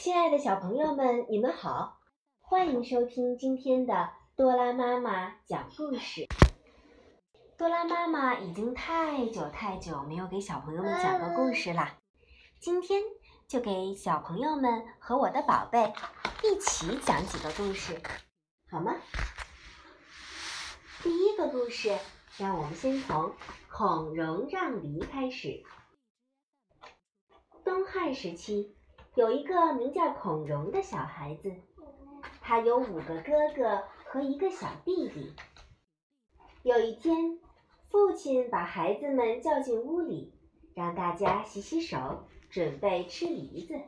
亲爱的小朋友们，你们好，欢迎收听今天的多拉妈妈讲故事。多拉妈妈已经太久没有给小朋友们讲过故事啦，今天就给小朋友们和我的宝贝一起讲几个故事，好吗？第一个故事，让我们先从孔融让梨开始。东汉时期，有一个名叫孔融的小孩子，他有5个哥哥和1个小弟弟。有一天，父亲把孩子们叫进屋里，让大家洗洗手，准备吃梨子。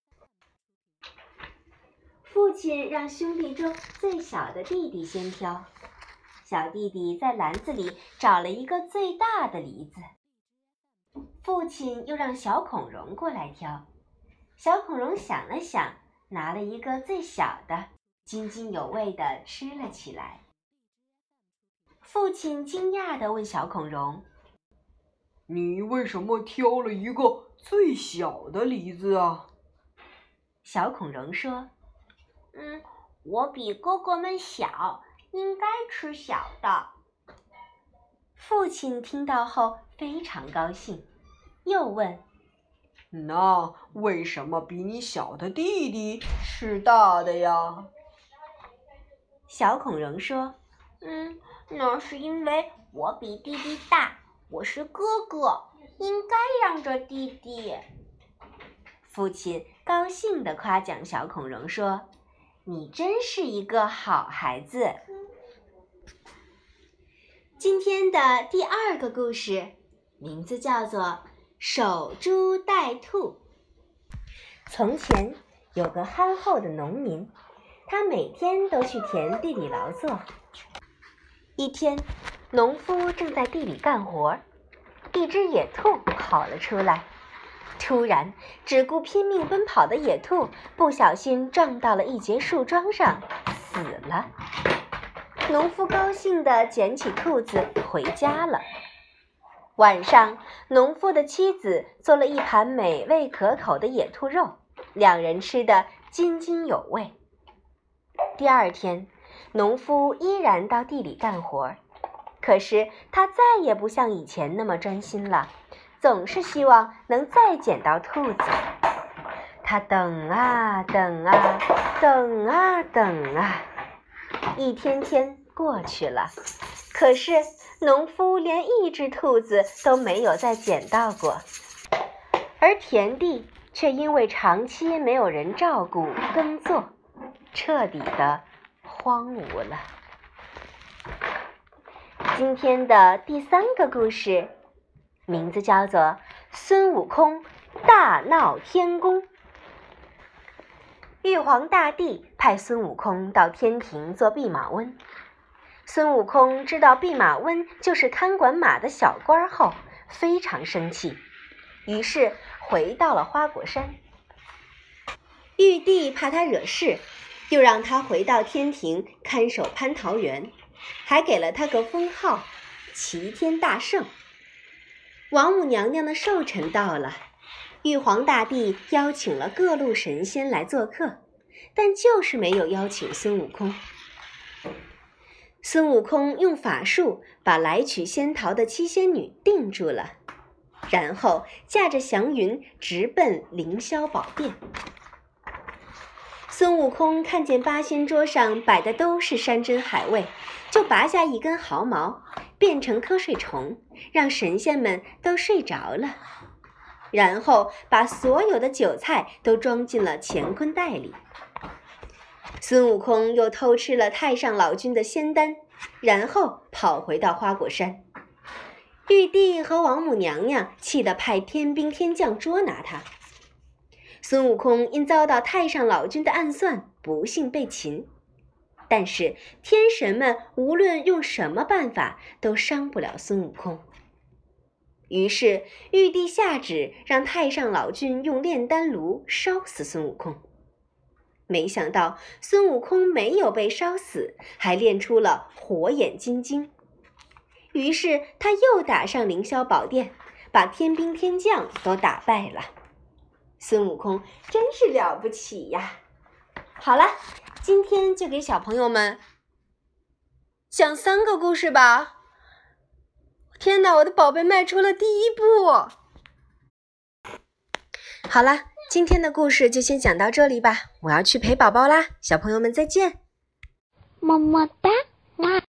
父亲让兄弟中最小的弟弟先挑，小弟弟在篮子里找了一个最大的梨子。父亲又让小孔融过来挑，小孔融想了想，拿了一个最小的，津津有味地吃了起来。父亲惊讶地问小孔融：“ 你为什么挑了一个最小的梨子啊？” 小孔融说：“我比哥哥们小，应该吃小的。”父亲听到后非常高兴，又问：“ 那为什么比你小的弟弟吃大的呀？” 小孔融说：“那是因为我比弟弟大，我是哥哥，应该让着弟弟。”父亲高兴地夸奖小孔融说：“你真是一个好孩子。”今天的第2个故事，名字叫做守株待兔。从前有个憨厚的农民，他每天都去田地里劳作。一天，农夫正在地里干活，一只野兔跑了出来。突然，只顾拼命奔跑的野兔不小心撞到了一节树桩上，死了。农夫高兴地捡起兔子回家了。晚上，农夫的妻子做了一盘美味可口的野兔肉，两人吃得津津有味。第2天，农夫依然到地里干活，可是他再也不像以前那么专心了，总是希望能再捡到兔子。他等啊等啊，等啊等啊，一天天过去了，可是农夫连一只兔子都没有再捡到过，而田地却因为长期没有人照顾耕作，彻底的荒芜了。今天的第3个故事，名字叫做孙悟空大闹天宫。玉皇大帝派孙悟空到天庭做弼马温。孙悟空知道弼马温就是看管马的小官后，非常生气，于是回到了花果山。玉帝怕他惹事，又让他回到天庭看守蟠桃园，还给了他个封号齐天大圣。王母娘娘的寿辰到了，玉皇大帝邀请了各路神仙来做客，但就是没有邀请孙悟空。孙悟空用法术把来取仙桃的7仙女定住了，然后驾着祥云直奔凌霄宝殿。孙悟空看见8仙桌上摆的都是山珍海味，就拔下一根毫毛，变成瞌睡虫，让神仙们都睡着了，然后把所有的酒菜都装进了乾坤袋里。孙悟空又偷吃了太上老君的仙丹，然后跑回到花果山。玉帝和王母娘娘气得派天兵天将捉拿他。孙悟空因遭到太上老君的暗算，不幸被擒。但是天神们无论用什么办法都伤不了孙悟空。于是玉帝下旨让太上老君用炼丹炉烧死孙悟空。没想到孙悟空没有被烧死，还练出了火眼金睛。于是他又打上凌霄宝殿，把天兵天将都打败了。 孙悟空真是了不起呀！好了，今天就给小朋友们讲3个故事吧。天哪，我的宝贝迈出了第一步。好了，今天的故事就先讲到这里吧，我要去陪宝宝啦，小朋友们再见。 么么哒，哇。